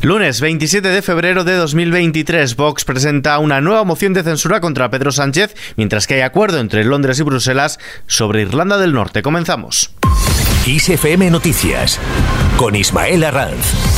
Lunes 27 de febrero de 2023, Vox presenta una nueva moción de censura contra Pedro Sánchez, mientras que hay acuerdo entre Londres y Bruselas sobre Irlanda del Norte. Comenzamos. XFM Noticias, con Ismael Arranz.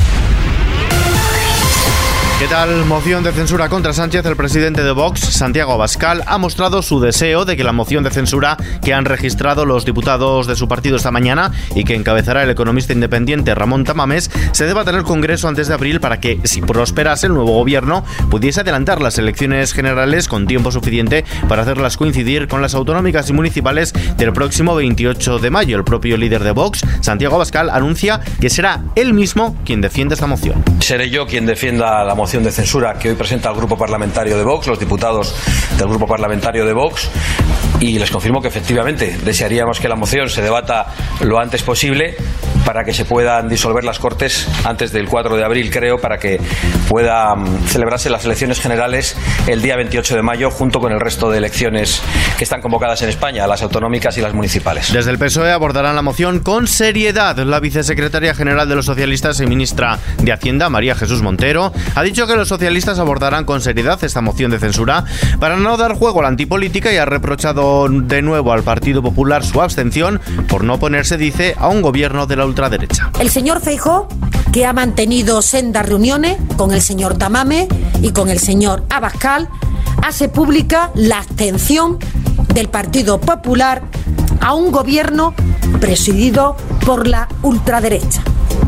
¿Qué tal? Moción de censura contra Sánchez. El presidente de Vox, Santiago Abascal, ha mostrado su deseo de que la moción de censura que han registrado los diputados de su partido esta mañana y que encabezará el economista independiente Ramón Tamames se debata en el Congreso antes de abril para que, si prosperase, el nuevo gobierno pudiese adelantar las elecciones generales con tiempo suficiente para hacerlas coincidir con las autonómicas y municipales del próximo 28 de mayo. El propio líder de Vox, Santiago Abascal, anuncia que será él mismo quien defienda esta moción. Seré yo quien defienda la moción de censura que hoy presenta el Grupo Parlamentario de Vox, los diputados del Grupo Parlamentario de Vox, y les confirmo que efectivamente desearíamos que la moción se debata lo antes posible para que se puedan disolver las Cortes antes del 4 de abril, creo, para que puedan celebrarse las elecciones generales el día 28 de mayo junto con el resto de elecciones que están convocadas en España, las autonómicas y las municipales. Desde el PSOE abordarán la moción con seriedad. La vicesecretaria general de los socialistas y ministra de Hacienda, María Jesús Montero, ha dicho que los socialistas abordarán con seriedad esta moción de censura para no dar juego a la antipolítica y ha reprochado de nuevo al Partido Popular su abstención por no oponerse, dice, a un gobierno de la ultraderecha. El señor Feijóo, que ha mantenido sendas reuniones con el señor Tamames y con el señor Abascal, hace pública la abstención del Partido Popular a un gobierno presidido por la ultraderecha.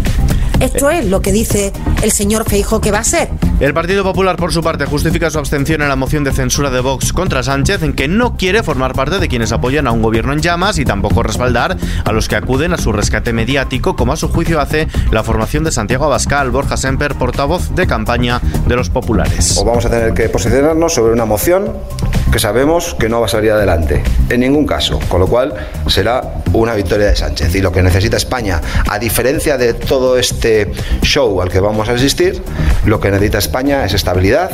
Esto es lo que dice el señor Feijóo que va a ser. El Partido Popular, por su parte, justifica su abstención en la moción de censura de Vox contra Sánchez, en que no quiere formar parte de quienes apoyan a un gobierno en llamas y tampoco respaldar a los que acuden a su rescate mediático, como a su juicio hace la formación de Santiago Abascal. Borja Semper, portavoz de campaña de los populares. O vamos a tener que posicionarnos sobre una moción que sabemos que no va a salir adelante, en ningún caso, con lo cual será una victoria de Sánchez. Y lo que necesita España, a diferencia de todo este show al que vamos a asistir, lo que necesita España es estabilidad,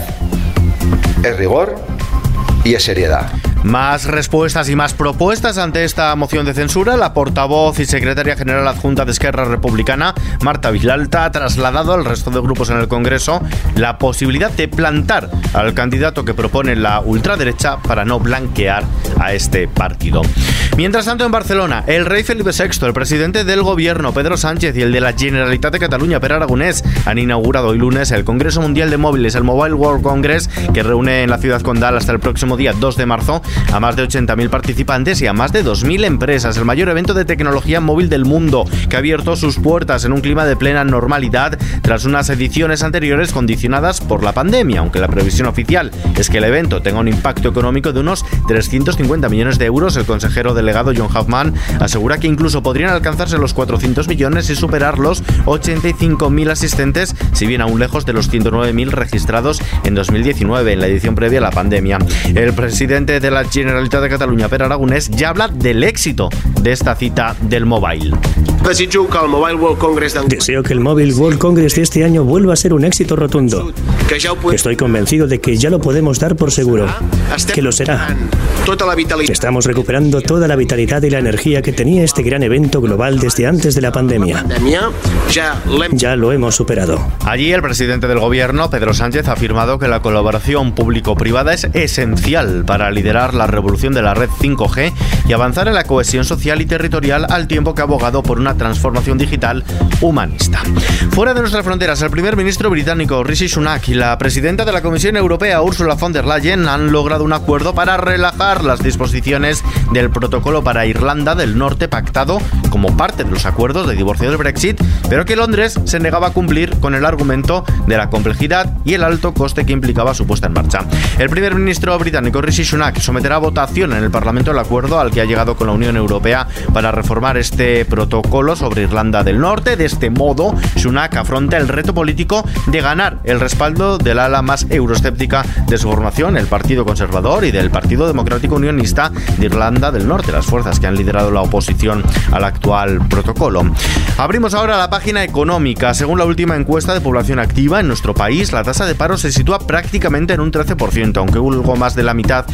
es rigor y es seriedad. Más respuestas y más propuestas ante esta moción de censura. La portavoz y secretaria general adjunta de Esquerra Republicana, Marta Vilalta, ha trasladado al resto de grupos en el Congreso la posibilidad de plantar al candidato que propone la ultraderecha para no blanquear a este partido. Mientras tanto, en Barcelona, el rey Felipe VI, el presidente del gobierno Pedro Sánchez y el de la Generalitat de Cataluña, Pere Aragonés, han inaugurado hoy lunes el Congreso Mundial de Móviles, el Mobile World Congress, que reúne en la ciudad condal hasta el próximo día 2 de marzo a más de 80.000 participantes y a más de 2.000 empresas. El mayor evento de tecnología móvil del mundo, que ha abierto sus puertas en un clima de plena normalidad tras unas ediciones anteriores condicionadas por la pandemia, aunque la previsión oficial es que el evento tenga un impacto económico de unos 350 millones de euros. El consejero delegado John Huffman asegura que incluso podrían alcanzarse los 400 millones y superar los 85.000 asistentes, si bien aún lejos de los 109.000 registrados en 2019, en la edición previa a la pandemia. El presidente de la Generalitat de Cataluña, Pere Aragonés, ya habla del éxito de esta cita del mobile. Deseo que el Mobile World Congress de este año vuelva a ser un éxito rotundo. Estoy convencido de que ya lo podemos dar por seguro, que lo será. Estamos recuperando toda la vitalidad y la energía que tenía este gran evento global desde antes de la pandemia. Ya lo hemos superado. Allí el presidente del gobierno, Pedro Sánchez, ha afirmado que la colaboración público-privada es esencial para liderar la revolución de la red 5G y avanzar en la cohesión social y territorial, al tiempo que ha abogado por una transformación digital humanista. Fuera de nuestras fronteras, el primer ministro británico Rishi Sunak y la presidenta de la Comisión Europea, Ursula von der Leyen, han logrado un acuerdo para relajar las disposiciones del protocolo para Irlanda del Norte pactado como parte de los acuerdos de divorcio del Brexit, pero que Londres se negaba a cumplir con el argumento de la complejidad y el alto coste que implicaba su puesta en marcha. El primer ministro británico Rishi Sunak someterá a votación en el Parlamento el acuerdo al que ha llegado con la Unión Europea para reformar este protocolo sobre Irlanda del Norte. De este modo, Sunak afronta el reto político de ganar el respaldo del ala más euroescéptica de su formación, el Partido Conservador, y del Partido Democrático Unionista de Irlanda del Norte, las fuerzas que han liderado la oposición al actual protocolo. Abrimos ahora la página económica. Según la última encuesta de población activa en nuestro país, la tasa de paro se sitúa prácticamente en un 13%, aunque algo más de la mitad de directores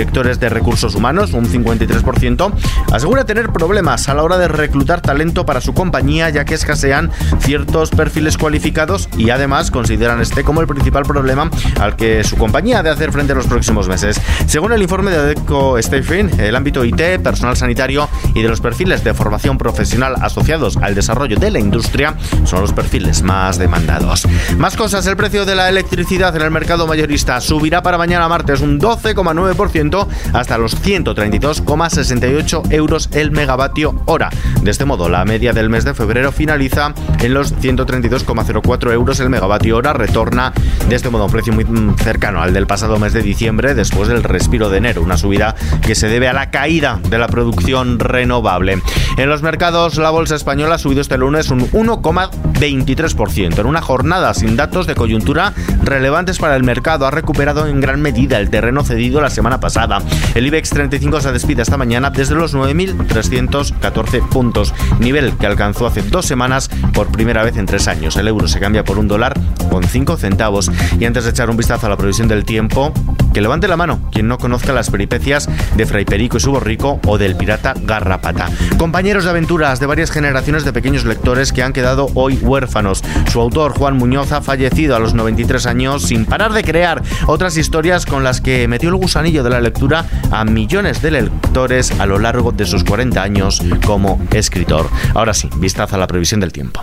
directores de recursos humanos, un 53%, asegura tener problemas a la hora de reclutar talento para su compañía, ya que escasean ciertos perfiles cualificados y además consideran este como el principal problema al que su compañía ha de hacer frente en los próximos meses. Según el informe de Adecco Staffing, el ámbito IT, personal sanitario y de los perfiles de formación profesional asociados al desarrollo de la industria son los perfiles más demandados. Más cosas, el precio de la electricidad en el mercado mayorista subirá para mañana martes un 12,9% hasta los 132,68 euros el megavatio hora. De este modo, la media del mes de febrero finaliza en los 132,04 euros el megavatio hora, retorna de este modo a un precio muy cercano al del pasado mes de diciembre, después del respiro de enero, una subida que se debe a la caída de la producción renovable. En los mercados, la bolsa española ha subido este lunes un 1,23%. En una jornada sin datos de coyuntura relevantes para el mercado, ha recuperado en gran medida el terreno cedido la semana pasada. El IBEX 35 se despide esta mañana desde los 9.314 puntos, nivel que alcanzó hace 2 semanas por primera vez en 3 años. El euro se cambia por $1.05. Y antes de echar un vistazo a la previsión del tiempo, que levante la mano quien no conozca las peripecias de Fray Perico y su borrico o del pirata Garrapata. Compañeros de aventuras de varias generaciones de pequeños lectores que han quedado hoy huérfanos. Su autor, Juan Muñoz, ha fallecido a los 93 años sin parar de crear otras historias con las que metió el gusanillo de la lectura a millones de lectores a lo largo de sus 40 años como escritor. Ahora sí, vistazo a la previsión del tiempo.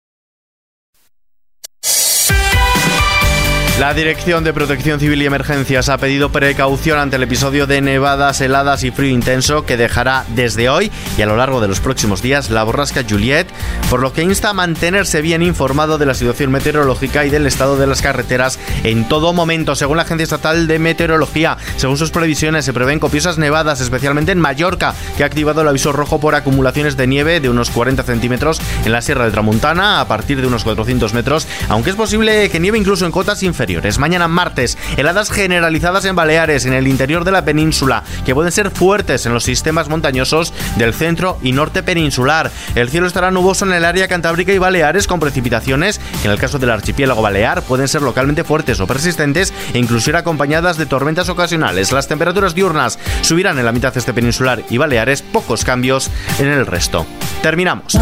La Dirección de Protección Civil y Emergencias ha pedido precaución ante el episodio de nevadas, heladas y frío intenso que dejará desde hoy y a lo largo de los próximos días la borrasca Juliet, por lo que insta a mantenerse bien informado de la situación meteorológica y del estado de las carreteras en todo momento. Según la Agencia Estatal de Meteorología, según sus previsiones, se prevén copiosas nevadas, especialmente en Mallorca, que ha activado el aviso rojo por acumulaciones de nieve de unos 40 centímetros en la Sierra de Tramuntana a partir de unos 400 metros, aunque es posible que nieve incluso en cotas inferiores. Mañana martes, heladas generalizadas en Baleares, en el interior de la península, que pueden ser fuertes en los sistemas montañosos del centro y norte peninsular. El cielo estará nuboso en el área cantábrica y Baleares, con precipitaciones que en el caso del archipiélago balear pueden ser localmente fuertes o persistentes e incluso ir acompañadas de tormentas ocasionales. Las temperaturas diurnas subirán en la mitad este peninsular y Baleares, pocos cambios en el resto. Terminamos.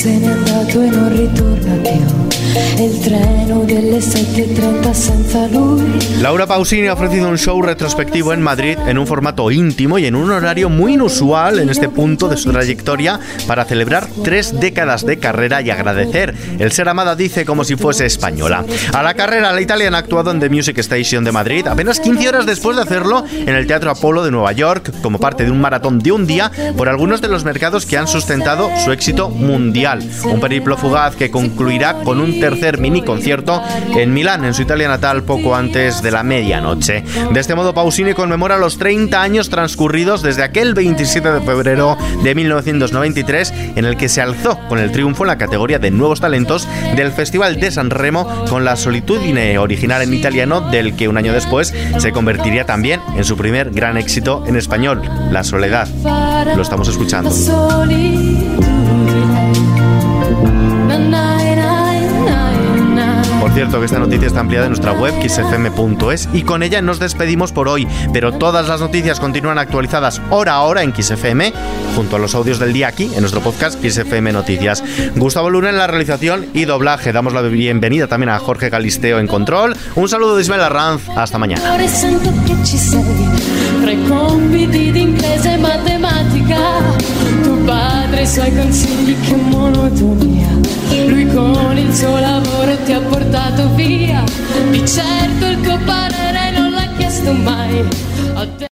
Laura Pausini ha ofrecido un show retrospectivo en Madrid en un formato íntimo y en un horario muy inusual en este punto de su trayectoria para celebrar 3 décadas de carrera y agradecer el ser amada, dice, como si fuese española. A la carrera, la italiana ha actuado en The Music Station de Madrid apenas 15 horas después de hacerlo en el Teatro Apolo de Nueva York como parte de un maratón de un día por algunos de los mercados que han sustentado su éxito mundial. Un periplo fugaz que concluirá con un tercer mini concierto en Milán, en su Italia natal, poco antes de la medianoche. De este modo, Pausini conmemora los 30 años transcurridos desde aquel 27 de febrero de 1993, en el que se alzó con el triunfo en la categoría de nuevos talentos del Festival de San Remo con la Solitudine, original en italiano, del que un año después se convertiría también en su primer gran éxito en español, La Soledad. Lo estamos escuchando. Por cierto, que esta noticia está ampliada en nuestra web kissfm.es y con ella nos despedimos por hoy, pero todas las noticias continúan actualizadas hora a hora en Kiss FM, junto a los audios del día aquí en nuestro podcast Kiss FM Noticias. Gustavo Luna en la realización y doblaje. Damos la bienvenida también a Jorge Galisteo en control. Un saludo de Ismael Arranz. Hasta mañana. Padre, i suoi consigli, che monotonia. Lui con il suo lavoro ti ha portato via. Di certo il tuo parere non l'ha chiesto mai.